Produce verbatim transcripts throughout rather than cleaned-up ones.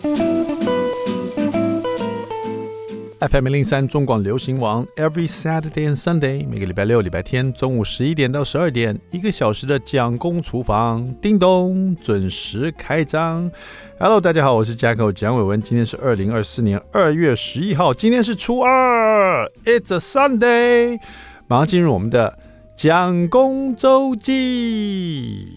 F M 零三中广流行网 Every Saturday and Sunday 每个礼拜六、礼拜天中午十一点到十二点，一个小时的蒋公厨房，叮咚准时开张。Hello， 大家好，我是 Jacko 蒋伟文，今天是二零二四年二月十一号，今天是初二 ，It's a Sunday， 马上进入我们的蒋公周记。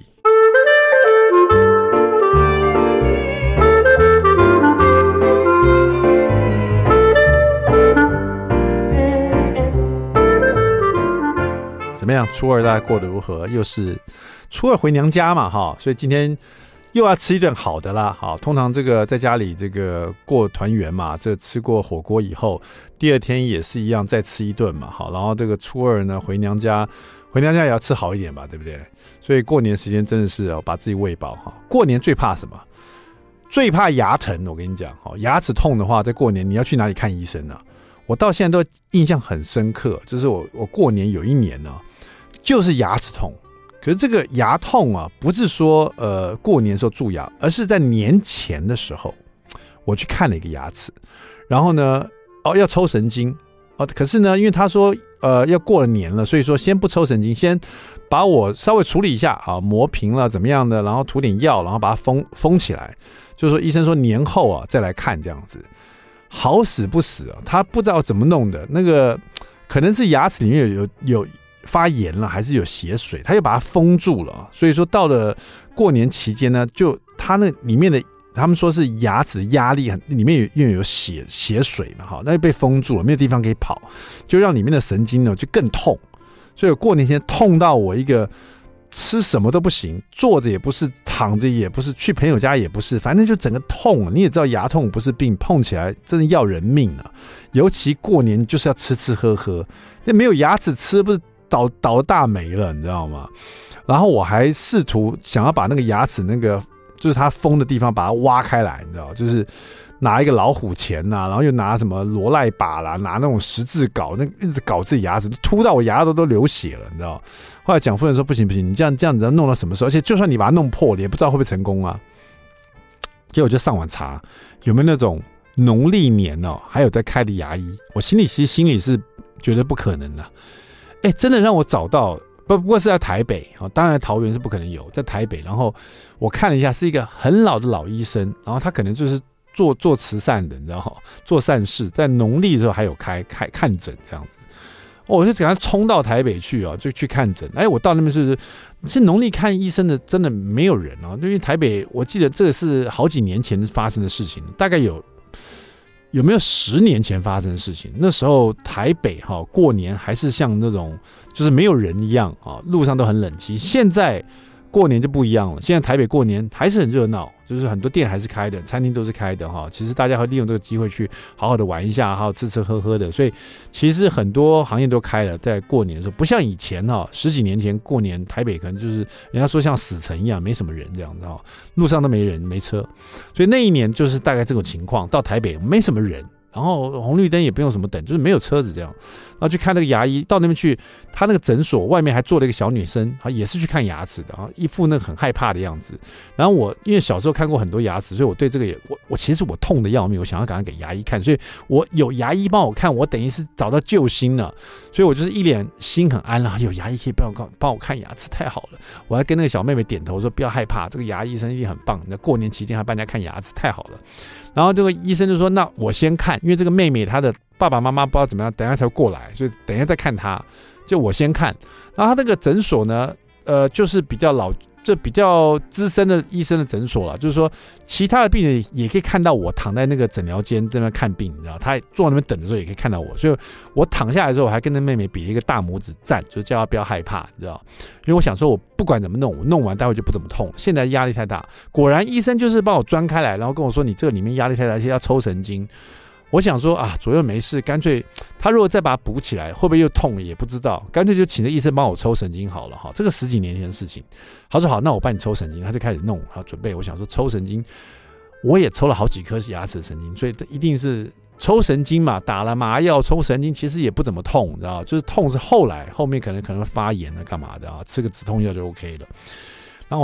怎么样？初二大家过得如何？又是初二回娘家嘛，哈，所以今天又要吃一顿好的啦。好，通常这个在家里这个过团圆嘛，这吃过火锅以后，第二天也是一样再吃一顿嘛，好，然后这个初二呢回娘家，回娘家也要吃好一点吧，对不对？所以过年时间真的是、哦、把自己喂饱哈。过年最怕什么？最怕牙疼。我跟你讲，好，牙齿痛的话，在过年你要去哪里看医生啊？我到现在都印象很深刻，就是我我过年有一年呢、啊。就是牙齿痛，可是这个牙痛啊，不是说呃过年的时候蛀牙，而是在年前的时候，我去看了一个牙齿，然后呢，哦要抽神经，哦可是呢，因为他说呃要过了年了，所以说先不抽神经，先把我稍微处理一下啊，磨平了怎么样的，然后涂点药，然后把它封封起来，就是说医生说年后啊再来看这样子，好死不死啊，他不知道怎么弄的，那个可能是牙齿里面有有有。发炎了还是有血水，他又把它封住了，所以说到了过年期间呢，就他那里面的他们说是牙齿的压力很，里面有因为有血血水嘛，哈，那就被封住了，没有地方可以跑，就让里面的神经呢就更痛，所以我过年前痛到我一个吃什么都不行，坐着也不是，躺着也不是，去朋友家也不是，反正就整个痛。你也知道牙痛不是病，碰起来真的要人命啊！尤其过年就是要吃吃喝喝，那没有牙齿吃不是。倒倒大霉了，你知道吗？然后我还试图想要把那个牙齿那个就是它封的地方把它挖开来，你知道，就是拿一个老虎钳呐、啊，然后又拿什么罗赖把啦，拿那种十字镐，那一直搞自己牙齿，凸到我牙都都流血了，你知道。后来蒋夫人说不行不行，你这样这样子要弄到什么时候？而且就算你把它弄破了，也不知道会不会成功啊。结果我就上网查有没有那种农历年哦还有在开的牙医，我心里其实心里是觉得不可能的、啊。哎，真的让我找到，不不过是在台北，当然桃园是不可能有，在台北。然后我看了一下，是一个很老的老医生，然后他可能就是做做慈善的，你知道吗？做善事，在农历的时候还有开开看诊这样子。哦、我就赶快冲到台北去啊，就去看诊。哎，我到那边是是农历看医生的，真的没有人啊，因为台北我记得这个是好几年前发生的事情，大概有。有没有十年前发生的事情？那时候台北哈、哦、过年还是像那种就是没有人一样啊、哦，路上都很冷清。现在过年就不一样了，现在台北过年还是很热闹，就是很多店还是开的，餐厅都是开的哈、哦。其实大家会利用这个机会去好好的玩一下，好好吃吃喝喝的。所以其实很多行业都开了，在过年的时候，不像以前哈、哦，十几年前过年台北可能就是人家说像死城一样，没什么人这样子哈、哦，路上都没人没车，所以那一年就是大概这种情况。到台北没什么人。然后红绿灯也不用什么等，就是没有车子这样。然后去看那个牙医，到那边去，他那个诊所外面还坐了一个小女生，也是去看牙齿的，然后一副那个很害怕的样子。然后我因为小时候看过很多牙齿，所以我对这个也我我其实我痛的要命，我想要赶快给牙医看，所以我有牙医帮我看，我等于是找到救星了。所以我就是一脸心很安了，有牙医可以帮我帮我看牙齿，太好了。我还跟那个小妹妹点头说不要害怕，这个牙医生一定很棒。那过年期间还帮人家看牙齿，太好了。然后这个医生就说那我先看，因为这个妹妹她的爸爸妈妈不知道怎么样，等一下才过来，所以等一下再看她，就我先看。然后他这个诊所呢，呃，就是比较老，这比较资深的医生的诊所了，就是说其他的病人也可以看到我躺在那个诊疗间在那看病，你知道，他坐在那边等的时候也可以看到我，所以我躺下来的时候，我还跟那妹妹比了一个大拇指赞，就叫她不要害怕，你知道，因为我想说我不管怎么弄，我弄完待会就不怎么痛，现在压力太大。果然医生就是帮我钻开来，然后跟我说你这个里面压力太大，而且要抽神经。我想说啊，左右没事，干脆他如果再把它补起来，会不会又痛也不知道，干脆就请着医生帮我抽神经好了哈。这个十几年前的事情，他说好，那我帮你抽神经，他就开始弄，然后准备。我想说抽神经，我也抽了好几颗牙齿的神经，所以这一定是抽神经嘛，打了麻药抽神经，其实也不怎么痛，你知道，就是痛是后来后面可能可能发炎了干嘛的啊，吃个止痛药就 OK 了。然后我就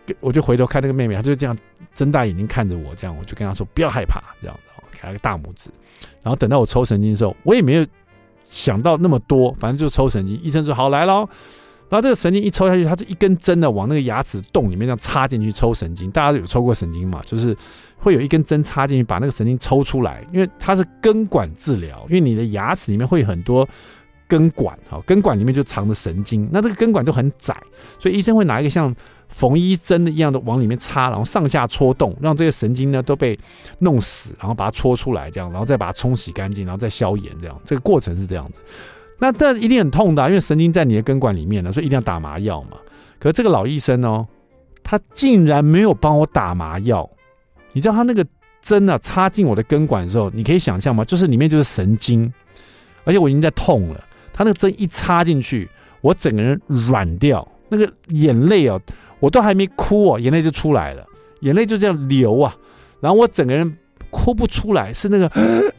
我就回头看那个妹妹，她就这样睁大眼睛看着我，这样我就跟她说不要害怕，这样给她个大拇指。然后等到我抽神经的时候，我也没有想到那么多，反正就抽神经。医生说好来咯，然后这个神经一抽下去，它就一根针的往那个牙齿洞里面这样插进去抽神经。大家有抽过神经嘛？就是会有一根针插进去，把那个神经抽出来，因为它是根管治疗，因为你的牙齿里面会有很多根管，根管里面就藏着神经，那这个根管都很窄，所以医生会拿一个像缝衣针一样的往里面插，然后上下戳动，让这个神经呢都被弄死，然后把它戳出来，这样，然后再把它冲洗干净，然后再消炎，这样，这个过程是这样子。那这一定很痛的、啊，因为神经在你的根管里面呢，所以一定要打麻药嘛。可是这个老医生哦，他竟然没有帮我打麻药。你知道他那个针啊插进我的根管的时候，你可以想象吗？就是里面就是神经，而且我已经在痛了。他那个针一插进去，我整个人软掉，那个眼泪哦，我都还没哭哦，眼泪就出来了，眼泪就这样流啊，然后我整个人哭不出来，是那个，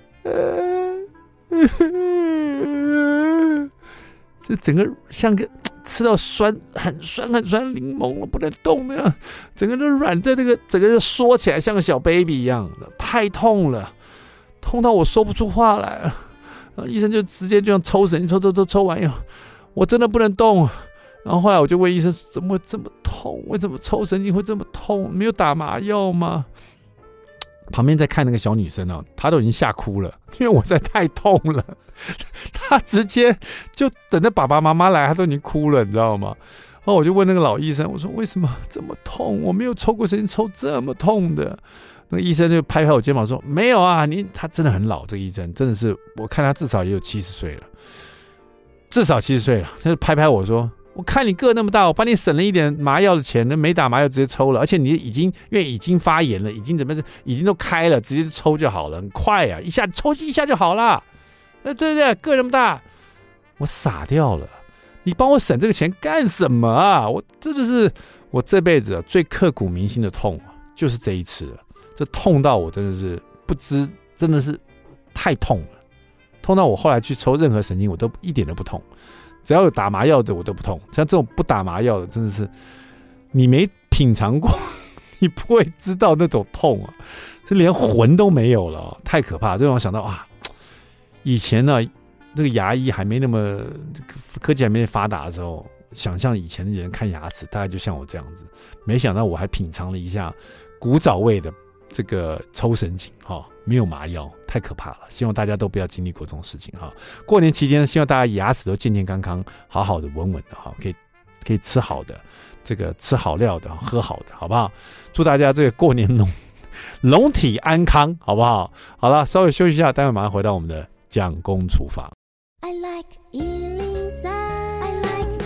这整个像个吃到酸很酸很酸柠檬，我不能动那样，整个人软在那个，整个人缩起来像个小 baby 一样，太痛了，痛到我说不出话来了。然后医生就直接这样抽神经，抽抽抽抽完以后，我真的不能动。然后后来我就问医生，怎么会这么痛？为什么抽神经会这么痛？没有打麻药吗？旁边在看那个小女生哦，她都已经吓哭了，因为我实在太痛了。她直接就等着爸爸妈妈来，她都已经哭了，你知道吗？然后我就问那个老医生，我说为什么这么痛？我没有抽过神经，抽这么痛的。那个医生就拍拍我肩膀说：“没有啊，你他真的很老，这个医生真的是，我看他至少也有七十岁了，至少七十岁了。”他就拍拍我说：“我看你个那么大，我帮你省了一点麻药的钱，没打麻药直接抽了，而且你已经因为已经发炎了，已经怎么已经都开了，直接抽就好了，很快啊，一下抽一下就好了。那对不对？个那么大，我傻掉了。你帮我省这个钱干什么啊？我真的是我这辈子最刻骨铭心的痛啊，就是这一次了。”这痛到我真的是不知，真的是太痛了，痛到我后来去抽任何神经，我都一点都不痛。只要有打麻药的，我都不痛。像这种不打麻药的，真的是你没品尝过，你不会知道那种痛啊，是连魂都没有了、哦，太可怕。这让我想到啊，以前呢，那个牙医还没那么科技还没发达的时候，想象以前的人看牙齿，大概就像我这样子。没想到我还品尝了一下古早味的。这个抽神经哈、哦，没有麻药，太可怕了。希望大家都不要经历过这种事情哈。过年期间，希望大家牙齿都健健康康，好好的、稳稳的哈，可以可以吃好的，这个吃好料的，喝好的，好不好？祝大家这个过年龙龙体安康，好不好？好了，稍微休息一下，待会马上回到我们的蒋公厨房。I like 一零三 I like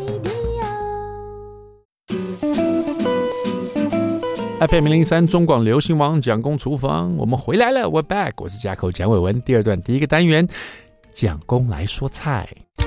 radio。F M 零三中广流行网蒋公厨房，我们回来了 ，We're back， 我是家口蒋伟文。第二段第一个单元，蒋公来说菜。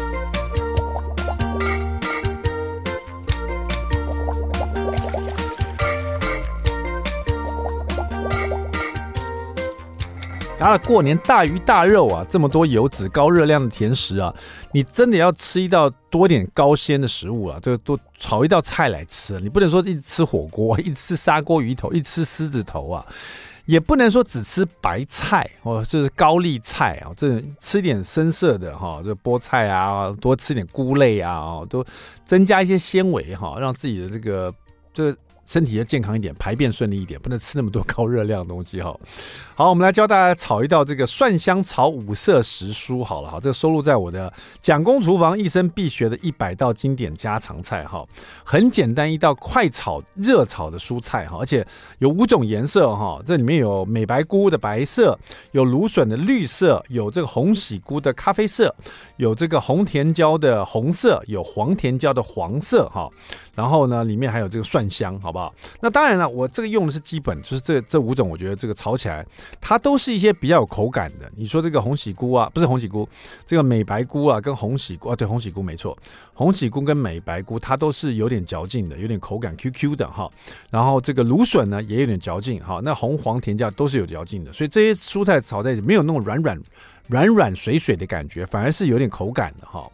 然后过年大鱼大肉啊，这么多油脂、高热量的甜食啊，你真的要吃一道多点高纤的食物啊，就多炒一道菜来吃。你不能说一直吃火锅，一直吃砂锅鱼头，一直吃狮子头啊，也不能说只吃白菜哦，就是高丽菜啊，这吃点深色的哈，就菠菜啊，多吃点菇类啊，哦，都增加一些纤维哈，让自己的这个这。身体要健康一点，排便顺利一点，不能吃那么多高热量的东西哈。好，我们来教大家炒一道这个蒜香炒五色时蔬好了哈，这个收录在我的蒋公厨房一生必学的一百道经典家常菜哈。很简单一道快炒热炒的蔬菜哈，而且有五种颜色哈，这里面有美白菇的白色，有芦笋的绿色，有这个红喜菇的咖啡色，有这个红甜椒的红色，有黄甜椒的黄色哈。然后呢，里面还有这个蒜香，好不好？那当然了，我这个用的是基本，就是这这五种，我觉得这个炒起来，它都是一些比较有口感的。你说这个红喜菇啊，不是红喜菇，这个美白菇啊，跟红喜菇啊，对，红喜菇没错，红喜菇跟美白菇，它都是有点嚼劲的，有点口感 Q Q 的哈。然后这个芦笋呢，也有点嚼劲哈。那红黄甜椒都是有嚼劲的，所以这些蔬菜炒在一起没有那种软软软软水水的感觉，反而是有点口感的哈。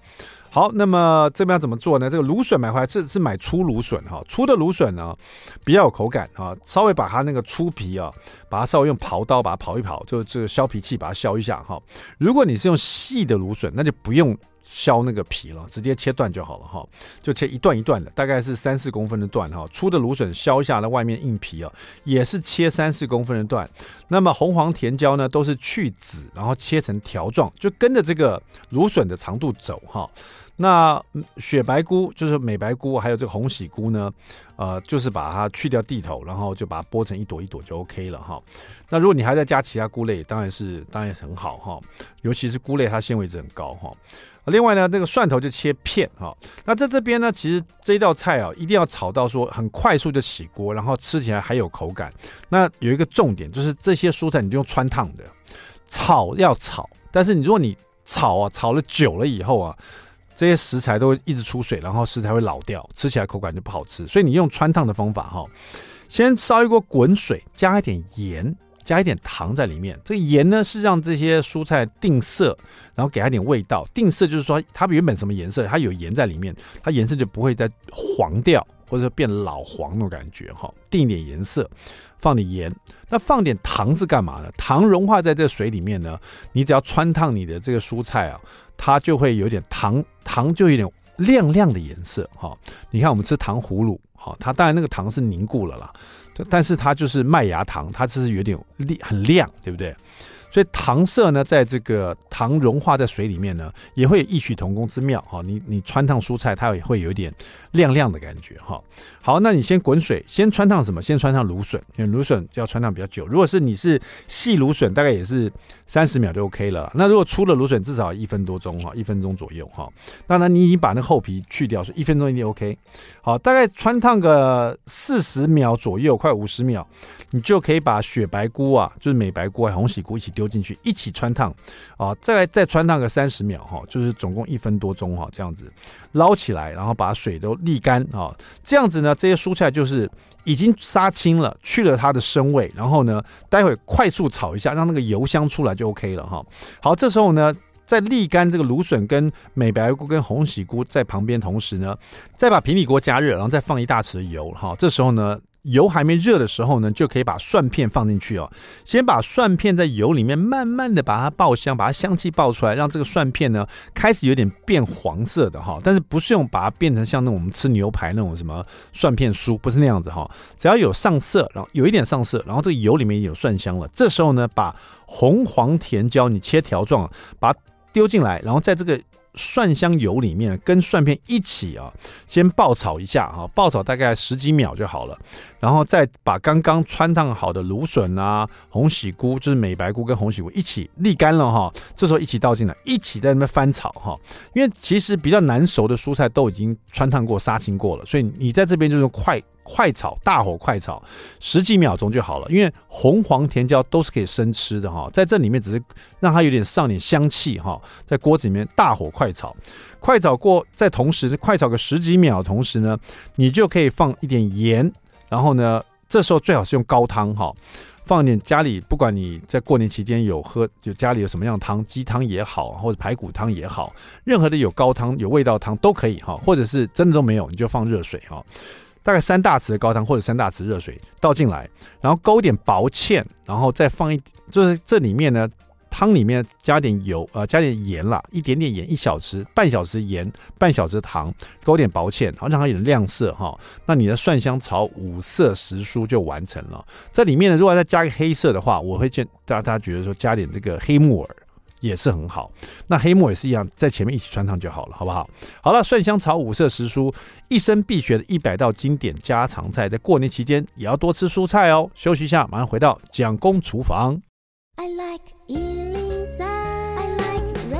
好，那么这边要怎么做呢？这个芦笋买回来是是买粗芦笋哈，粗的芦笋呢比较有口感啊，稍微把它那个粗皮啊，把它稍微用刨刀把它刨一刨，就这个削皮器把它削一下哈。如果你是用细的芦笋，那就不用削那个皮了，直接切断就好了哈，就切一段一段的，大概是三四公分的段哈。粗的芦笋削下了外面硬皮啊，也是切三四公分的段。那么红黄甜椒呢，都是去籽，然后切成条状，就跟着这个芦笋的长度走哈。那雪白菇就是美白菇，还有这个红喜菇呢，呃，就是把它去掉蒂头，然后就把它剥成一朵一朵就 OK 了哈。那如果你还在加其他菇类，当然是当然很好哈，尤其是菇类它纤维质很高哈。另外呢，这个蒜头就切片哈。那在这边呢，其实这一道菜啊，一定要炒到说很快速就起锅，然后吃起来还有口感。那有一个重点就是这些蔬菜你就用汆烫的，炒要炒，但是你如果你炒啊炒了久了以后啊，这些食材都会一直出水，然后食材会老掉，吃起来口感就不好吃。所以你用汆烫的方法哈，先烧一锅滚水，加一点盐。加一点糖在里面，这个盐呢是让这些蔬菜定色，然后给它一点味道。定色就是说它原本什么颜色，它有盐在里面，它颜色就不会再黄掉或者变老黄那种感觉哈。定一点颜色，放点盐，那放点糖是干嘛呢？糖融化在这个水里面呢，你只要汆烫你的这个蔬菜啊，它就会有点糖，糖就有点亮亮的颜色哈。你看我们吃糖葫芦，它当然那个糖是凝固了啦。但是它就是麦芽糖，它就是有点很亮，对不对？所以糖色呢，在这个糖融化在水里面呢，也会有异曲同工之妙哈。你你汆烫蔬菜，它也会有一点亮亮的感觉哈。好，那你先滚水，先汆烫什么？先汆烫芦笋，因为芦笋要汆烫比较久。如果是你是细芦笋，大概也是三十秒就 OK 了。那如果粗的芦笋，至少一分多钟哈，一分钟左右哈。当然你已经把那个厚皮去掉，所以一分钟一定 OK。好，大概汆烫个四十秒左右，快五十秒，你就可以把雪白菇啊，就是美白菇、红喜菇一起丢进去，一起汆烫啊，再再汆烫个三十秒哈，就是总共一分多钟哈，这样子捞起来，然后把水都沥干啊，这样子呢，这些蔬菜就是已经杀青了，去了它的生味，然后呢，待会快速炒一下，让那个油香出来就 OK 了哈。好，这时候呢，在沥干这个芦笋跟美白菇跟红喜菇在旁边，同时呢，再把平底锅加热，然后再放一大匙的油哈。这时候呢，油还没热的时候呢，就可以把蒜片放进去哦。先把蒜片在油里面慢慢的把它爆香，把它香气爆出来，让这个蒜片呢开始有点变黄色的哈。但是不是用把它变成像那种我们吃牛排那种什么蒜片酥，不是那样子哈。只要有上色，然后有一点上色，然后这个油里面也有蒜香了。这时候呢，把红黄甜椒你切条状，把它丢进来，然后在这个蒜香油里面跟蒜片一起啊，先爆炒一下啊，爆炒大概十几秒就好了，然后再把刚刚汆烫好的芦笋啊、红喜菇，就是美白菇跟红喜菇一起沥干了哈，这时候一起倒进来，一起在那边翻炒哈。因为其实比较难熟的蔬菜都已经汆烫过、杀青过了，所以你在这边就是快。快炒，大火快炒，十几秒钟就好了。因为红黄甜椒都是可以生吃的哈，在这里面只是让它有点上点香气哈，在锅子里面大火快炒，快炒过，在同时快炒个十几秒，同时呢，你就可以放一点盐，然后呢，这时候最好是用高汤哈。放一点家里，不管你在过年期间有喝，就家里有什么样的汤，鸡汤也好，或者排骨汤也好，任何的有高汤、有味道汤都可以哈，或者是真的都没有，你就放热水哈。大概三大匙的高汤或者三大匙热水倒进来，然后勾一点薄芡，然后再放一，就是这里面呢，汤里面加点油，呃，加点盐啦，一点点盐，一小匙，半小匙盐，半小匙糖，勾点薄芡，然后让它有点亮色哈。那你的蒜香炒五色时蔬就完成了。这里面呢，如果再加个黑色的话，我会建大家觉得说加点这个黑木耳。也是很好，那黑木也是一样，在前面一起汆烫就好了，好不好？好了，蒜香炒五色时蔬，一生必学的一百道经典家常菜，在過年期間也要多吃蔬菜哦。休息一下，馬上回到蔣公廚房。I like 一零三 I like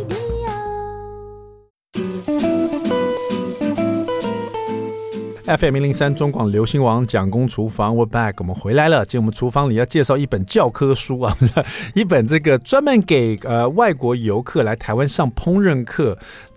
radio。F M 一零三中广流行网蔣公厨房 We're back， 我们回来了。今天我们厨房里要介绍一本教科书啊，一本这个专门给呃外国游客来台湾上烹饪课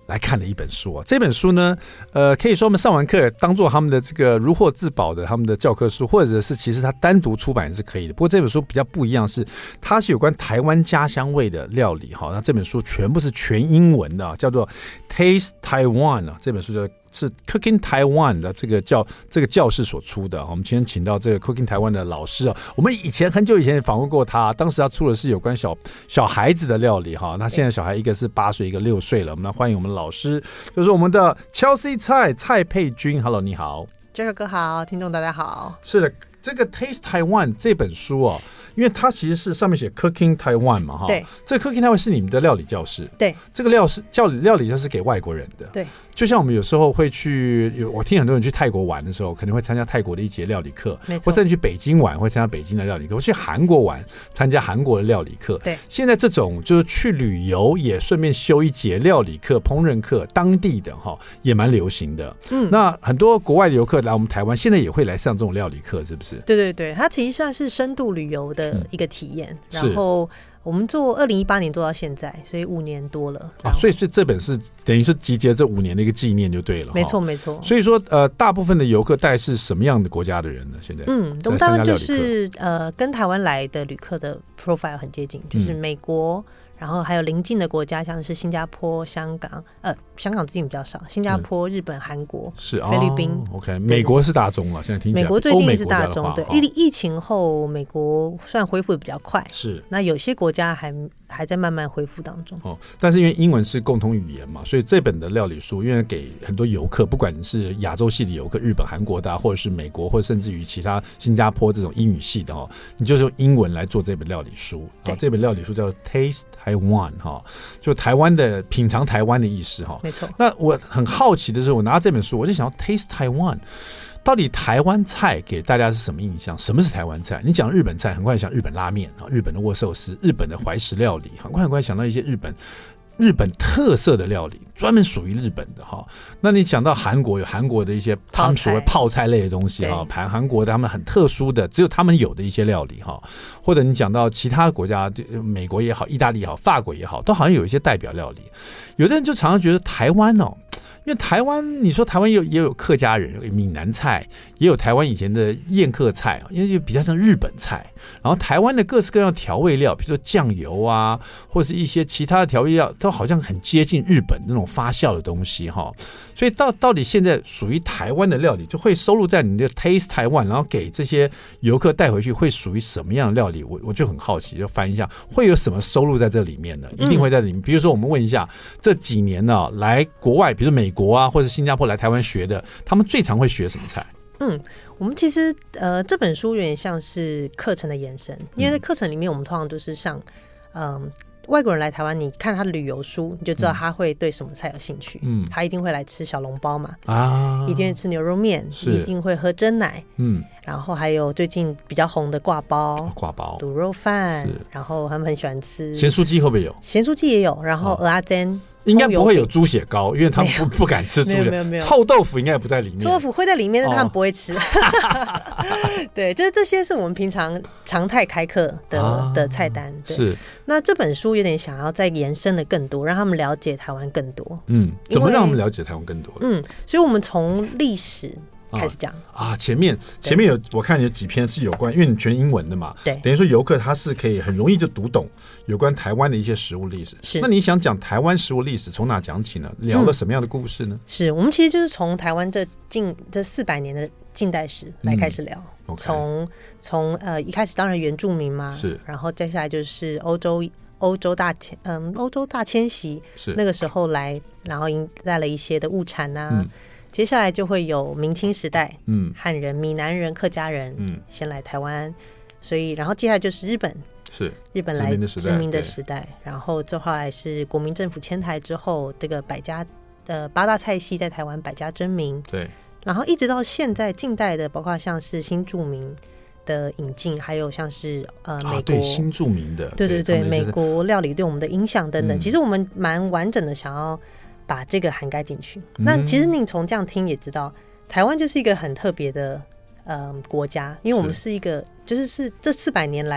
来看的一本书啊。这本书呢，呃，可以说我们上完课当做他们的这个如获至宝的他们的教科书，或者是其实它单独出版也是可以的。不过这本书比较不一样是，它是有关台湾家乡味的料理哈。那这本书全部是全英文的，叫做 Taste Taiwan 啊。这本书叫是 Cooking Taiwan 的这个教这个教室所出的。我们今天请到这个 Cooking Taiwan 的老师啊，我们以前很久以前也访问过他，当时他出的是有关小小孩子的料理哈。那现在小孩一个是八岁，一个六岁了。我们来欢迎我们的老师，就是我们的 Chelsea 蔡蔡佩君。Hello， 你好。 Jack 哥好，听众大家好。 是的。这个 Taste Taiwan 这本书哦，因为它其实是上面写 Cooking Taiwan 嘛，哈， 对， 这个 Cooking Taiwan 是你们的料理教室， 对， 这个料是教料理教室给外国人的， 对， 就像我们有时候会去，我听很多人去泰国玩的时候，可能会参加泰国的一节料理课， 没错， 或甚至去北京玩会参加北京的料理课，或去韩国玩参加韩国的料理课， 对， 现在这种就是去旅游也顺便修一节料理课、烹饪课，当地的哈也蛮流行的，嗯，那很多国外的游客来我们台湾，现在也会来上这种料理课，是不是？ 对对对，它其实上是深度旅游的一个体验，嗯、然后我们做二零一八年做到现在，所以五年多了啊， 所以所以这本是等于是集结这五年的一个纪念就对了， 没错没错。 所以说呃，大部分的游客大概是什么样的国家的人呢？现在嗯，我们大概就是呃，跟台湾来的旅客的 profile 很接近，就是美国。嗯，然后还有邻近的国家，像是新加坡、香港，呃，香港最近比较少，新加坡、日本、韩国、 是菲律宾。 哦、OK， 美国是大宗了，现在听起来。 美国最近是大宗，对， 哦、 疫疫情后，美国算恢复的比较快， 是。 那有些国家还还在慢慢恢复当中。 哦，但是因为英文是共同语言嘛，所以这本的料理书，因为给很多游客，不管是亚洲系的游客，日本、韩国的、啊，或者是美国，或者甚至于其他新加坡这种英语系的哦，你就是用英文来做这本料理书。啊，这本料理书叫 Taste Taiwan 哈。就台湾的品尝台湾的意思哈， 没错。 那我很好奇的是，我拿到这本书，我就想要 Taste Taiwan， 到底台湾菜给大家是什么印象？什么是台湾菜？你讲日本菜，很快想日本拉面啊，日本的握寿司，日本的怀石料理，很快很快想到一些日本。日本特色的料理，专门属于日本的哈。那你讲到韩国，有韩国的一些他们所谓泡菜类的东西哈，韩韩国的他们很特殊的，只有他们有的一些料理哈。或者你讲到其他国家，美国也好，意大利也好，法国也好，都好像有一些代表料理。有的人就常常觉得台湾哦。因为台湾，你说台湾也有也有客家人，有闽南菜，也有台湾以前的宴客菜，因为就比较像日本菜。然后台湾的各式各样的调味料，比如说酱油啊，或是一些其他的调味料，都好像很接近日本那种发酵的东西哈。所以到到底现在属于台湾的料理，就会收录在你的 Taste Taiwan， 然后给这些游客带回去，会属于什么样的料理？我我就很好奇，就翻一下，会有什么收录在这里面呢？一定会在里面。嗯、比如说，我们问一下，这几年呢、啊，来国外，比如美国啊，或者新加坡来台湾学的，他们最常会学什么菜？ 嗯，我们其实呃这本书有点像是课程的延伸，因为在课程里面我们通常都是上嗯。外国人来台湾，你看他的旅游书，你就知道他会对什么菜有兴趣。嗯，他一定会来吃小笼包嘛，啊，一定会吃牛肉面，一定会喝珍奶，嗯，然后还有最近比较红的挂包、 挂包、 卤肉饭，然后他们很喜欢吃咸酥鸡，会不会有？ 咸酥鸡也有，然后蚵仔煎。 应该不会有猪血糕，因为他们 不, 不敢吃猪血。没有没有，臭豆腐应该也不在里面。 臭豆腐会在里面，但他们不会吃。哦、对，就是这些是我们平常常态开课的、啊、的菜单。对，是。那这本书有点想要再延伸的更多，让他们了解台湾更多。嗯， 怎么让他们了解台湾更多？ 嗯，所以我们从历史开始讲啊, 啊，前面前面有我看有几篇是有关，因为你全英文的嘛， 对， 等于说游客他是可以很容易就读懂有关台湾的一些食物历史。是，那你想讲台湾食物历史从哪讲起呢？聊了什么样的故事呢？ 嗯、是我们其实就是从台湾这近这四百年的近代史来开始聊，嗯、从从呃一开始当然原住民嘛，是，然后接下来就是欧洲。欧洲大嗯，欧洲大迁徙是那个时候来，然后引带了一些的物产啊。嗯、接下来就会有明清时代，嗯，汉人、闽南人、客家人，嗯，先来台湾，所以然后接下来就是日本， 是日本来殖民的时代，然后之后来是国民政府迁台之后，这个百家呃八大菜系在台湾百家争鸣， 对， 然后一直到现在近代的，包括像是新住民的引进，还有像是呃美国、啊、 对新著名的， 对对 对, 对美国料理对我们的影响等等、嗯，其实我们蛮完整的想要把这个涵盖进去。嗯、那其实你从这样听也知道，台湾就是一个很特别的呃国家，因为我们是一个就是是这四百年来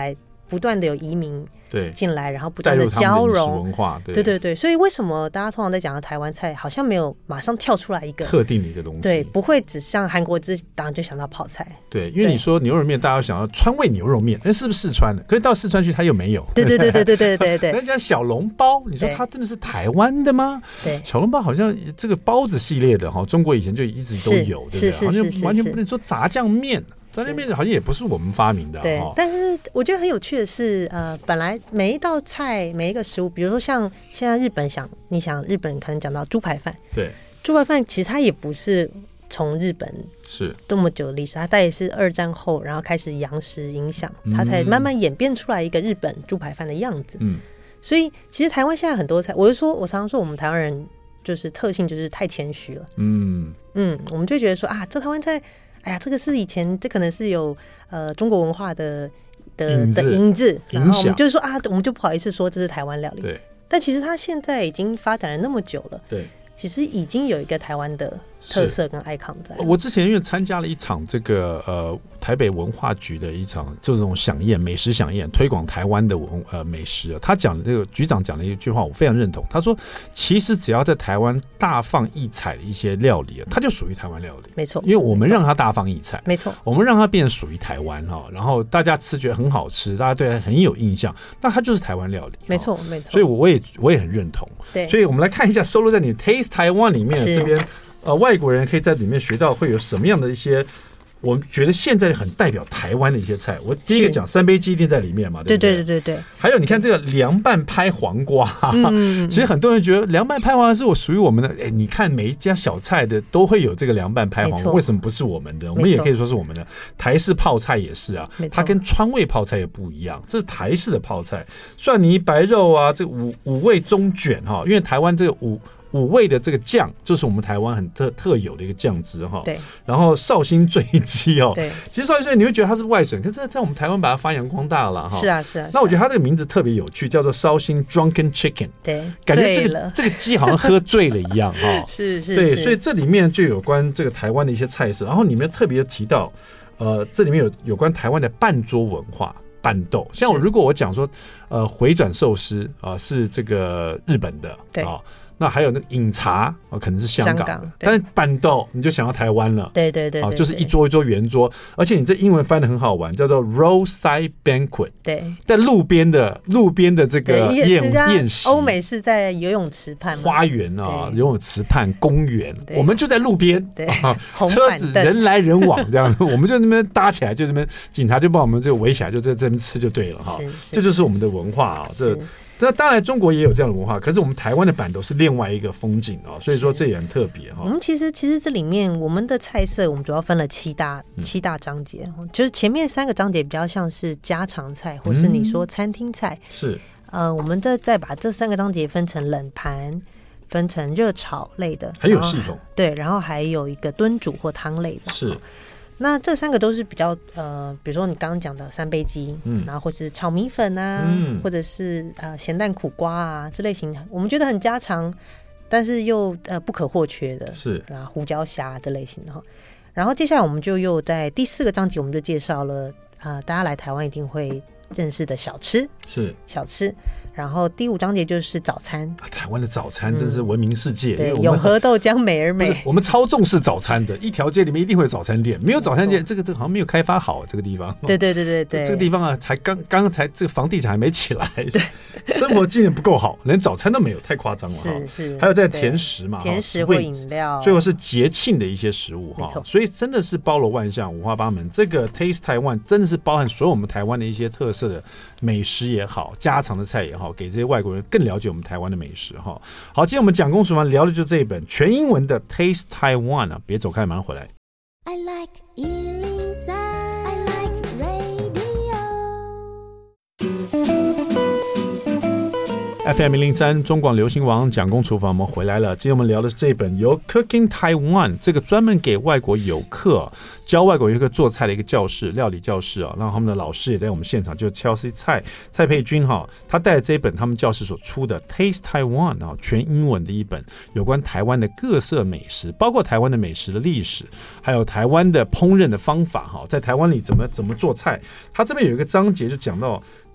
不断的有移民对进来，然后不断的交融文化， 对对对，所以为什么大家通常在讲到台湾菜，好像没有马上跳出来一个特定的一个东西？ 对，不会只像韩国之当然就想到泡菜。 对，因为你说牛肉面，大家想到川味牛肉面，那是不是四川的？可是到四川去，它又没有。 对对对对对对对对。 人家小笼包，你说它真的是台湾的吗？ 对， 小笼包好像这个包子系列的哈，中国以前就一直都有，对不对？好像完全不能说炸酱面。炸酱面好像也不是我们发明的， 对。但是我觉得很有趣的是，呃，本来每一道菜、每一个食物，比如说像现在日本想，你想日本可能讲到猪排饭， 对， 猪排饭其实它也不是从日本是这么久的历史，它大概是二战后，然后开始洋食影响，它才慢慢演变出来一个日本猪排饭的样子。嗯，所以其实台湾现在很多菜，我就说我常常说我们台湾人就是特性就是太谦虚了。嗯嗯，我们就觉得说啊，这台湾菜。哎呀，这个是以前，这可能是有呃中国文化的的的影子，然后我们就是说啊，我们就不好意思说这是台湾料理。 对， 但其实它现在已经发展了那么久了。 对， 其实已经有一个台湾的特色跟 icon 在。 我之前因为参加了一场这个呃台北文化局的一场这种飨宴，美食飨宴，推广台湾的文呃美食。他讲的这个局长讲的一句话，我非常认同。他说，其实只要在台湾大放异彩的一些料理，它就属于台湾料理。 没错， 因为我们让它大放异彩， 没错， 我们让它变成属于台湾哈，然后大家吃觉得很好吃，大家对它很有印象，那它就是台湾料理。 没错，没错。 所以我也我也很认同。 对， 所以我们来看一下收录在你 Taste Taiwan 里面这边。呃，外国人可以在里面学到会有什么样的一些，我们觉得现在很代表台湾的一些菜。我第一个讲三杯鸡一定在里面嘛，对不对？对对对对。还有你看这个凉拌拍黄瓜，嗯、其实很多人觉得凉拌拍黄瓜是我属于我们的。哎，你看每一家小菜的都会有这个凉拌拍黄瓜，为什么不是我们的？我们也可以说是我们的。台式泡菜也是啊，它跟川味泡菜也不一样，这是台式的泡菜，蒜泥白肉啊，这五五味中卷哈，因为台湾这个五。五味的这个酱，就是我们台湾很特特有的一个酱汁哈。对。然后绍兴醉鸡哦，对。其实绍兴醉你会觉得它是外省，可是在我们台湾把它发扬光大了哈。 是啊是啊。 那我觉得它这个名字特别有趣，叫做绍兴 Drunken Chicken。 对。 感觉这个这个鸡好像喝醉了一样哈。 是是。 对，所以这里面就有关这个台湾的一些菜色，然后里面特别提到，呃，这里面有有关台湾的半桌文化。拌豆，像我如果我讲说，呃，回转寿司啊、呃、是这个日本的，对啊。那还有那个饮茶、哦、可能是香港的，港但是拌豆你就想到台湾了， 对对 对, 对, 对， 就是一桌一桌圆桌，而且你这英文翻得很好玩，叫做 roadside banquet， 对，在路边的路边的这个宴宴席， 欧美是在游泳池畔、 花园啊，游泳池畔、公园，我们就在路边，对，啊、车子人来人往这样，我们就那边搭起来，就这边警察就把我们就围起来，就在这边吃就对了哈，这就是我们的文化啊，这。这当然，中国也有这样的文化，可是我们台湾的板豆是另外一个风景哦，所以说这也很特别哈。 我们其实其实这里面我们的菜色，我们主要分了七大、嗯、七大章节，就是前面三个章节比较像是家常菜，或是你说餐厅菜，嗯、是呃，我们再再把这三个章节分成冷盘，分成热炒类的， 很有系统。 对，然后还有一个炖煮或汤类的， 是。 那这三个都是比较呃，比如说你刚刚讲的三杯鸡，嗯，然后或是炒米粉啊，嗯，或者是呃咸蛋苦瓜啊这类型的，我们觉得很家常，但是又呃不可或缺的，是啊，胡椒虾这类型的哈。然后接下来我们就又在第四个章节，我们就介绍了啊、呃，大家来台湾一定会认识的小吃，是小吃。然后第五章节就是早餐， 啊、台湾的早餐真是闻名世界。嗯、 对，永和豆浆美而美， 我们超重视早餐的，一条街里面一定会有早餐店，没有早餐店，这个这个好像没有开发好、啊、这个地方。 对对对对对， 这个地方啊，才刚刚才这个房地产还没起来，生活机能不够好，连早餐都没有，太夸张了。是是，还有在甜食嘛， 甜食或饮料， 最后是节庆的一些食物哈，所以真的是包罗万象，五花八门。这个 Taste Taiwan 真的是包含所有我们台湾的一些特色的美食也好，家常的菜也好，给这些外国人更了解我们台湾的美食哈。好，今天我们蒋公厨房聊的就是这一本全英文的 Taste Taiwan 啊，别走开，马上回来。I like 一零三 I like radio F M 一零三中广流行网蒋公厨房，我们回来了。今天我们聊的是这本由 Cooking Taiwan 这个专门给外国游客教外国游客做菜的一个教室，料理教室啊。然后他们的老师也在我们现场，就是 Chelsea 蔡蔡佩君哈，他带着这一本他们教室所出的 Taste Taiwan 啊，全英文的一本有关台湾的各色美食，包括台湾的美食的历史，还有台湾的烹饪的方法哈，在台湾里怎么怎么做菜。他这边有一个章节就讲到。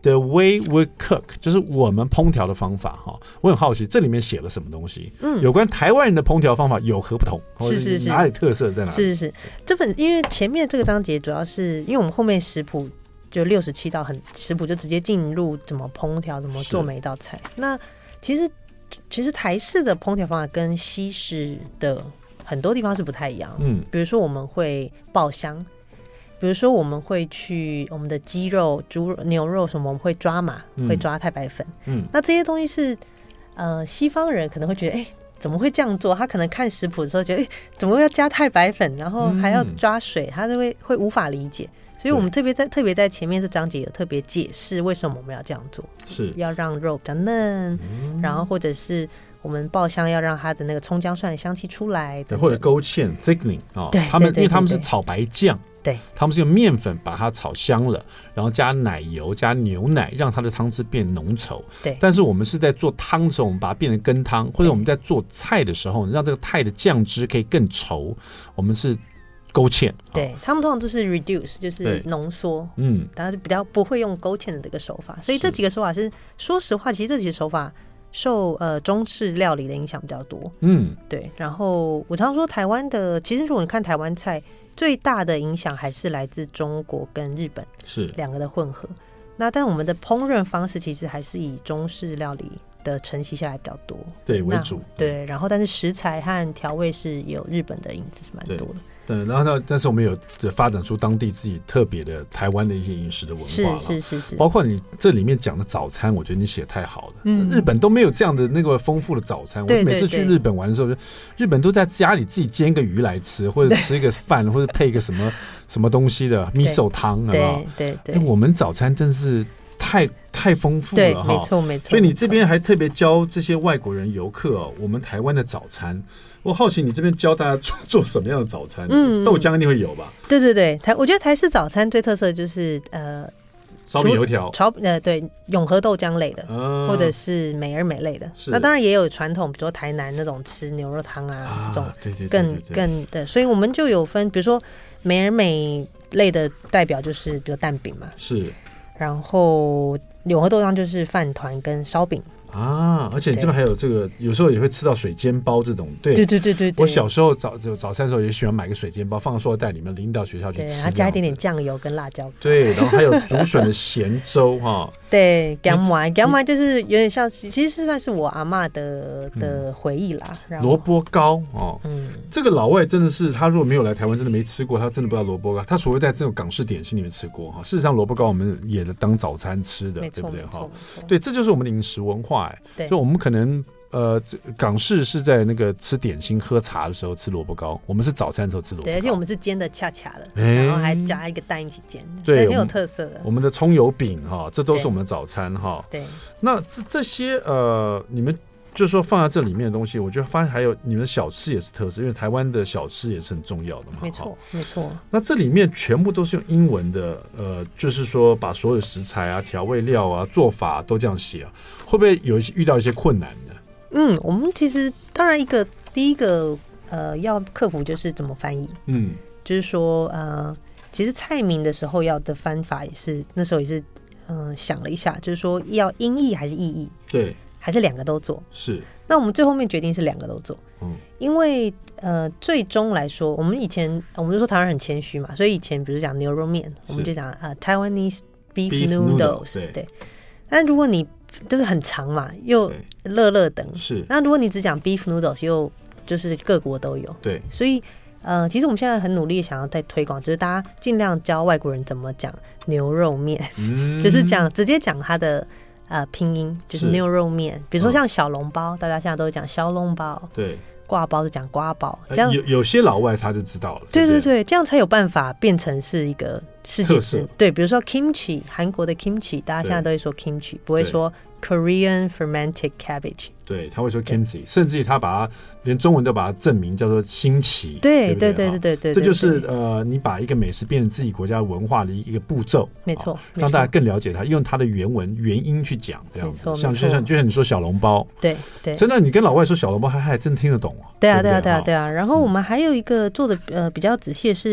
The way we cook， 就是我们烹调的方法哈。我很好奇，这里面写了什么东西？嗯，有关台湾人的烹调方法有何不同？ 是是是， 哪里特色在哪里？ 是是是，这本因为前面这个章节主要是因为我们后面食谱就六十七道很食谱就直接进入怎么烹调、怎么做每一道菜。那其实其实台式的烹调方法跟西式的很多地方是不太一样。嗯，比如说我们会爆香。比如说我们会去我们的鸡肉、猪肉、牛肉什么，我们会抓嘛，嗯、会抓太白粉。嗯，那这些东西是呃西方人可能会觉得，哎、欸，怎么会这样做？他可能看食谱的时候觉得，哎、欸，怎么要加太白粉，然后还要抓水，他就会会无法理解。所以我们特别在特别在前面这章节有特别解释为什么我们要这样做， 是要让肉比较嫩，嗯、然后或者是。我们爆香要让它的那个葱姜蒜的香气出来， 对，或者勾芡 thickening 哦，对，他们因为他们是炒白酱， 对， 他们是用面粉把它炒香了，然后加奶油、加牛奶，让它的汤汁变浓稠。 对， 但是我们是在做汤的时候，我们把它变成羹汤，或者我们在做菜的时候，让这个菜的酱汁可以更稠，我们是勾芡。 对、哦、他们通常都是 reduce， 就是浓缩，嗯，大家比较不会用勾芡的这个手法，所以这几个手法是，说实话，其实这几个手法。受呃中式料理的影响比较多，嗯，对。然后我常说台湾的，其实如果你看台湾菜，最大的影响还是来自中国跟日本， 是两个的混合。那但我们的烹饪方式其实还是以中式料理的承袭下来比较多， 对为主。 对，然后但是食材和调味是有日本的影子是蛮多的。 对，然后但是我们有发展出当地自己特别的台湾的一些饮食的文化， 是是是是， 包括你这里面讲的早餐，我觉得你写得太好了。嗯，日本都没有这样的那个丰富的早餐。我每次去日本玩的时候，就日本都在家里自己煎个鱼来吃，或者吃一个饭，或者配一个什么什么东西的米寿汤，好不好？ 对对对， 欸，我们早餐真是太太丰富了哈， 没错没错。 所以你这边还特别教这些外国人游客哦，我们台湾的早餐。我好奇你这边教大家 做, 做什么样的早餐？嗯，豆浆一定会有吧？ 对对对，台我觉得台式早餐最特色的就是呃烧饼油条， 炒呃对永和豆浆类的，啊、或者是美而美类的。那当然也有传统，比如说台南那种吃牛肉汤 啊, 啊这种， 对对对对更更的，所以我们就有分，比如说美而美类的代表就是比如蛋饼嘛， 是， 然后永和豆浆就是饭团跟烧饼。 啊，而且你这边还有这个，有时候也会吃到水煎包这种，对对对对 对, 对。 我小时候早早餐的时候也喜欢买个水煎包，放到塑料袋里面拎到学校去吃， 然后加一点点酱油跟辣椒。 对，然后还有竹笋的咸粥哈。 对，姜麻姜麻就是有点像，其实是算是我阿嬷的的回忆啦。 萝卜糕哦，嗯，这个老外真的是，他如果没有来台湾，真的没吃过，他真的不知道萝卜糕。他除非在这种港式点心里面吃过哈。事实上，萝卜糕我们也当早餐吃的，对不对哈？对，这就是我们的饮食文化哎。 对， 就我们可能呃，港式是在那个吃点心、喝茶的时候吃萝卜糕，我们是早餐的时候吃萝卜糕。 对，而且我们是煎的恰恰的，欸、然后还加一个蛋一起煎， 对， 很有特色的。 我们的葱油饼哈，这都是我们的早餐哈。 对， 那这这些呃，你们就说放在这里面的东西，我觉得发现还有你们的小吃也是特色，因为台湾的小吃也是很重要的嘛。 没错，没错。 那这里面全部都是用英文的，呃，就是说把所有食材啊、调味料啊、做法都这样写啊，会不会有遇到一些困难呢？ 嗯，我们其实当然一个第一个呃要克服就是怎么翻译，嗯，就是说呃，其实菜名的时候要的翻法也是那时候也是嗯、呃、想了一下，就是说要音译还是意译， 对， 还是两个都做， 是。 那我们最后面决定是两个都做，嗯，因为呃最终来说，我们以前我们就说台湾很谦虚嘛，所以以前比如讲牛肉面，我们就讲呃 Taiwanese beef, beef noodles， 对, 对。但如果你就是很长嘛，又热热等， 是。 那如果你只讲 beef noodles， 又就是各国都有， 对。 所以呃，其实我们现在很努力想要在推广，就是大家尽量教外国人怎么讲牛肉面，嗯、就是讲直接讲它的呃拼音，就是牛肉面。比如说像小笼包，嗯、大家现在都讲小笼包， 对。 挂包就讲挂包，这样、 呃、有有些老外他就知道了， 对对对，这样才有办法变成是一个世界之对。比如说 kimchi， 韩国的 kimchi， 大家现在都会说 kimchi， 不会说 Korean fermented cabbage。 对，他会说 kimchi， 甚至他把它连中文都把它正名叫做新奇。 对对对对对对， 这就是呃，你把一个美食变成自己国家文化的一个步骤， 没错， 让大家更了解它，用它的原文原音去讲，这样子。像就像就像你说小笼包， 对对， 真的，你跟老外说小笼包，他还真听得懂啊。 对啊对啊对啊对啊。然后我们还有一个做的呃比较仔细的是，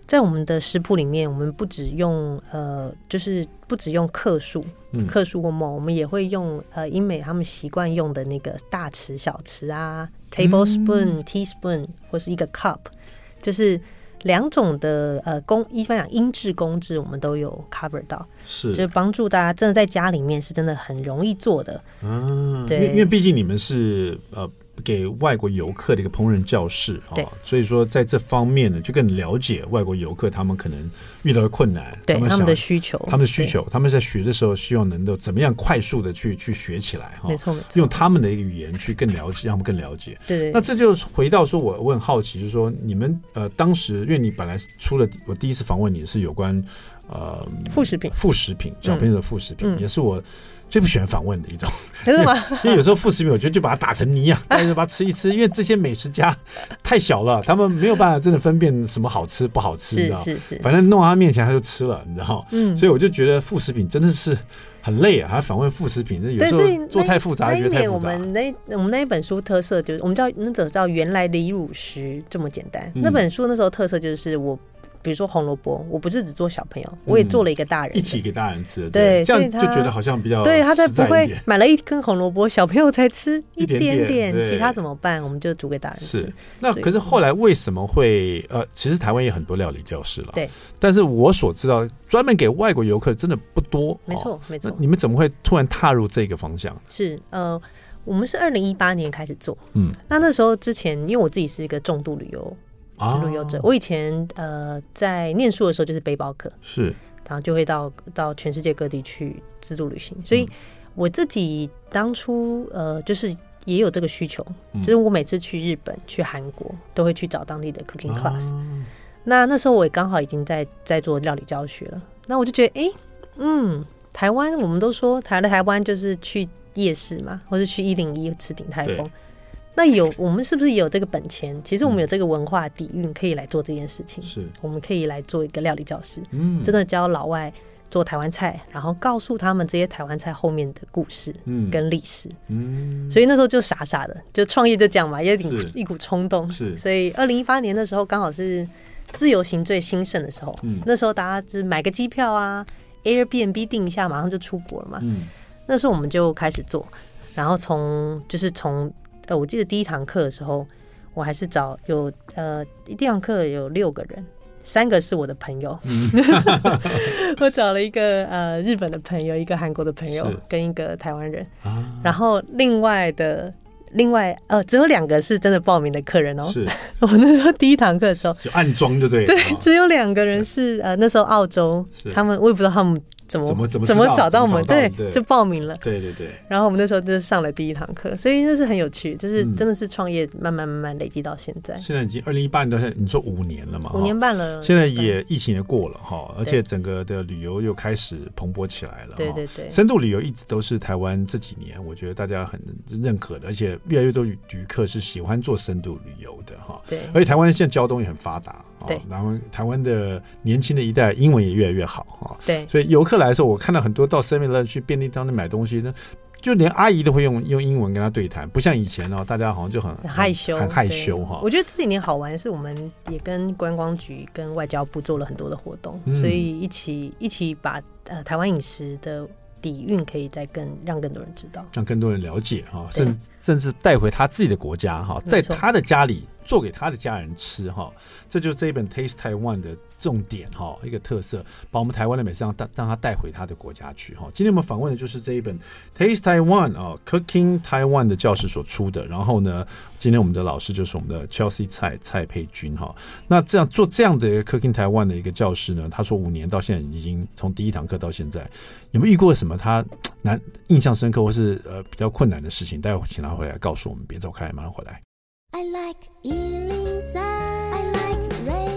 在我们的食谱里面，我们不只用呃，就是不只用克数、嗯、克数或mol，我们也会用呃英美他们习惯用的那个大匙、小匙啊 ，tablespoon、teaspoon、嗯、或是一个 cup， 就是两种的呃公，一般讲英制、公制，我们都有 cover 到， 是， 就是帮助大家真的在家里面是真的很容易做的。 嗯，对，因为毕竟你们是呃。给外国游客的一个烹饪教室、哦、所以说在这方面呢，就更了解外国游客他们可能遇到的困难， 对 他, 们他们的需求， 他们的需求，他们在学的时候希望能够怎么样快速的去去学起来、 哦、没错没错， 用他们的一个语言去更了解，让他们更了解。 对, 对, 对， 那这就回到说，我我很好奇，就是说你们呃当时，因为你本来出了我第一次访问你是有关呃副食品， 副食品小朋友的副食品、嗯、也是我最不喜欢访问的一种， 真的吗？ 因为有时候副食品，我觉得就把它打成泥啊，大家就把它吃一吃。因为这些美食家太小了，他们没有办法真的分辨什么好吃不好吃，你知道？ 是是是， 反正弄到他面前他就吃了，你知道？嗯，所以我就觉得副食品真的是很累啊，还访问副食品，有时候做太复杂， 那一年我们那我们那一本书特色就是，我们叫那种叫原来离乳食这么简单。嗯、那本书那时候特色就是我。比如说红萝卜，我不是只做小朋友，我也做了一个大人、嗯、 一起给大人吃的， 对, 对， 这样就觉得好像比较对，他才不会买了一根红萝卜，小朋友才吃一点点， 一点点其他怎么办？我们就煮给大人吃。 是，那可是后来为什么会呃，其实台湾也很多料理教室了， 对， 但是我所知道专门给外国游客真的不多， 没错、哦、没错。 你们怎么会突然踏入这个方向？ 是呃，我们是二零一八年开始做，嗯，那那时候之前，因为我自己是一个重度旅游。旅游者，我以前呃在念书的时候就是背包客， 是， 然后就会到到全世界各地去自助旅行，所以我自己当初呃就是也有这个需求，嗯、就是我每次去日本、去韩国都会去找当地的 cooking class、啊。那那时候我也刚好已经在在做料理教学了，那我就觉得，哎，嗯，台湾我们都说台台湾就是去夜市嘛，或是去一零一吃鼎泰丰。那有我们是不是有这个本钱？其实我们有这个文化底蕴，可以来做这件事情。是，我们可以来做一个料理教室，嗯，真的教老外做台湾菜，然后告诉他们这些台湾菜后面的故事跟历史。嗯，所以那时候就傻傻的，就创业就这样嘛，也有一股冲动。是，所以二零一八年的时候刚好是自由行最兴盛的时候，嗯，那时候大家就是买个机票啊 ，Airbnb 订一下，马上就出国了嘛。嗯，那时候我们就开始做，然后从就是从。呃，我记得第一堂课的时候，我还是找有呃，第一堂课有六个人，三个是我的朋友，嗯、我找了一个呃日本的朋友，一个韩国的朋友，跟一个台湾人，啊、然后另外的另外呃只有两个是真的报名的客人哦。是，我那时候第一堂课的时候就暗装就对了， 对，只有两个人是呃那时候澳洲，他们我也不知道他们。怎么怎么怎么找到我们？对，就报名了。 对对对。 然后我们那时候就上了第一堂课，所以那是很有趣，就是真的是创业慢慢慢慢累积到现在。 现在已经二零一八年到现在，你说五年了嘛？ 五年半了。 现在也疫情也过了哈，而且整个的旅游又开始蓬勃起来了。 对对对。 深度旅游一直都是台湾这几年我觉得大家很认可的，而且越来越多旅客是喜欢做深度旅游的哈。对。而且台湾现在交通也很发达。对，然后台湾的年轻的一代英文也越来越好哈。对，所以游客来的时候，我看到很多到 seven eleven 去便利商店买东西呢，就连阿姨都会用用英文跟他对谈，不像以前哦，大家好像就很很害羞， 很害羞哈。 我觉得这几年好玩是我们也跟观光局跟外交部做了很多的活动，嗯、所以一起一起把呃台湾饮食的底蕴可以再更让更多人知道， 让更多人了解哈，甚至甚至带回他自己的国家哈，在他的家里做给他的家人吃哈，这就是这一本 Taste Taiwan 的重点哈，一个特色，把我们台湾的美食让让他带回他的国家去哈。今天我们访问的就是这一本 Taste Taiwan 啊 ，Cooking Taiwan 的教室所出的。然后呢，今天我们的老师就是我们的 Chelsea 蔡蔡佩君哈。那这样做这样的 Cooking Taiwan 的一个教室呢，他说五年到现在已经从第一堂课到现在，有没有遇过什么他难印象深刻或是呃比较困难的事情？待会请他回来告诉我们。别走开，马上回来。I like 一零三 I like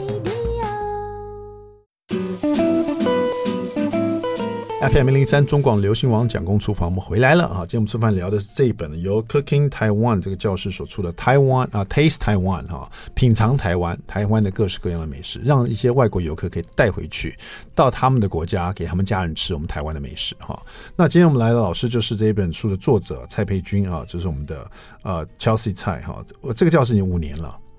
radio。F M 一零三中广流行网蒋公厨房，我们回来了啊！今天我们吃饭聊的是这一本由 Cooking Taiwan 这个教室所出的 Taiwan 啊 Taste Taiwan 哈、啊，品尝台湾台湾的各式各样的美食，让一些外国游客可以带回去到他们的国家，给他们家人吃我们台湾的美食哈、啊。那今天我们来的老师就是这一本书的作者蔡佩君啊，就是我们的呃 Chelsea 蔡哈、啊。我这个教室已经五年了。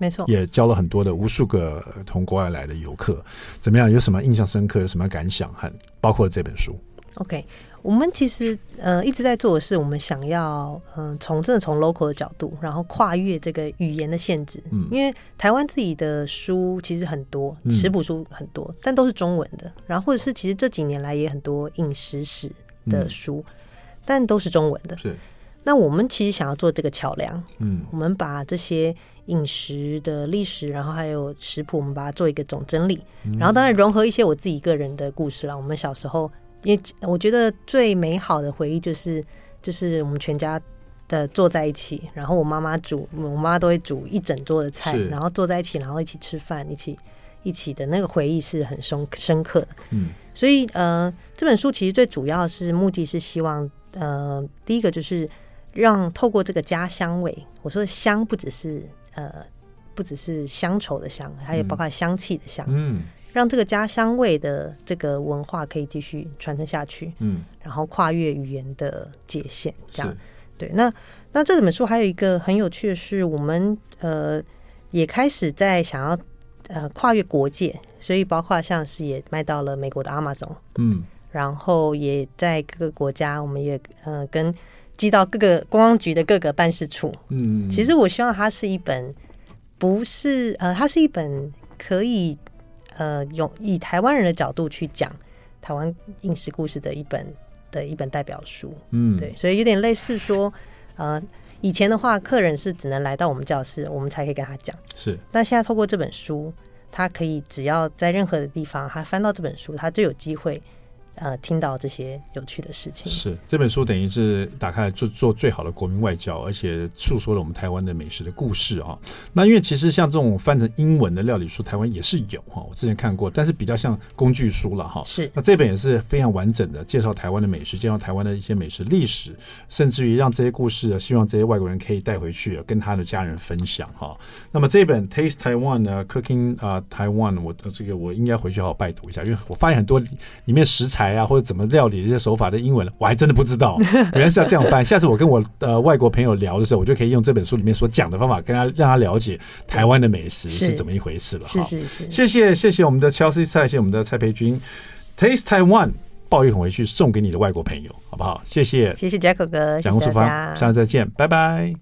没错， 也教了很多的无数个从国外来的游客。怎么样？有什么印象深刻？有什么感想？和包括了这本书。 OK， 我们其实呃一直在做的是，我们想要嗯、呃、从真的从 local 的角度，然后跨越这个语言的限制。嗯，因为台湾自己的书其实很多，食谱书很多，嗯，但都是中文的。然后或者是其实这几年来也很多饮食史的书，嗯，但都是中文的。 是。 那我们其实想要做这个桥梁，嗯，我们把这些饮食的历史，然后还有食谱，我们把它做一个总整理，嗯，然后当然融合一些我自己个人的故事啦。我们小时候。因为我觉得最美好的回忆就是就是我们全家的坐在一起，然后我妈妈煮，我妈都会煮一整桌的菜，然后坐在一起，然后一起吃饭，一起一起的那个回忆是很深深刻的。嗯，所以呃，这本书其实最主要是目的是希望呃，第一个就是让透过这个家乡味，我说的香不只是呃不只是乡愁的香，还有包括香气的香。嗯。让这个家乡味的这个文化可以继续传承下去，嗯，然后跨越语言的界限，这样对。那那这本书还有一个很有趣的是，我们呃也开始在想要呃跨越国界，所以包括像是也卖到了美国的 Amazon， 嗯，然后也在各个国家，我们也呃跟寄到各个观光局的各个办事处，嗯，其实我希望它是一本不是呃，它是一本可以。呃，用以台湾人的角度去讲台湾饮食故事的一本的一本代表书，嗯，对，所以有点类似说，呃，以前的话，客人是只能来到我们教室，我们才可以跟他讲， 是， 但现在透过这本书，他可以只要在任何的地方，他翻到这本书，他就有机会。呃，听到这些有趣的事情。 是这本书等于是打开来做做最好的国民外交，而且诉说了我们台湾的美食的故事啊。那因为其实像这种翻成英文的料理书，台湾也是有哈，我之前看过，但是比较像工具书了哈。 是， 那这本也是非常完整的介绍台湾的美食，介绍台湾的一些美食历史，甚至于让这些故事，希望这些外国人可以带回去跟他的家人分享哈。那么这本 Taste Taiwan 呢 ，Cooking 啊、呃、Taiwan， 我这个我应该回去好好拜读一下，因为我发现很多里面食材啊，或者怎么料理这些手法的英文，我还真的不知道，原来是要这样翻。下次我跟我呃外国朋友聊的时候，我就可以用这本书里面所讲的方法，跟他让他了解台湾的美食是怎么一回事了。 是是是， 谢谢谢谢我们的 Chelsea 蔡，谢谢我们的蔡培君 ，Taste Taiwan 抱一桶回去送给你的外国朋友，好不好？谢谢， 谢谢 Jack 哥， 蒋公厨房，下次再见，拜拜。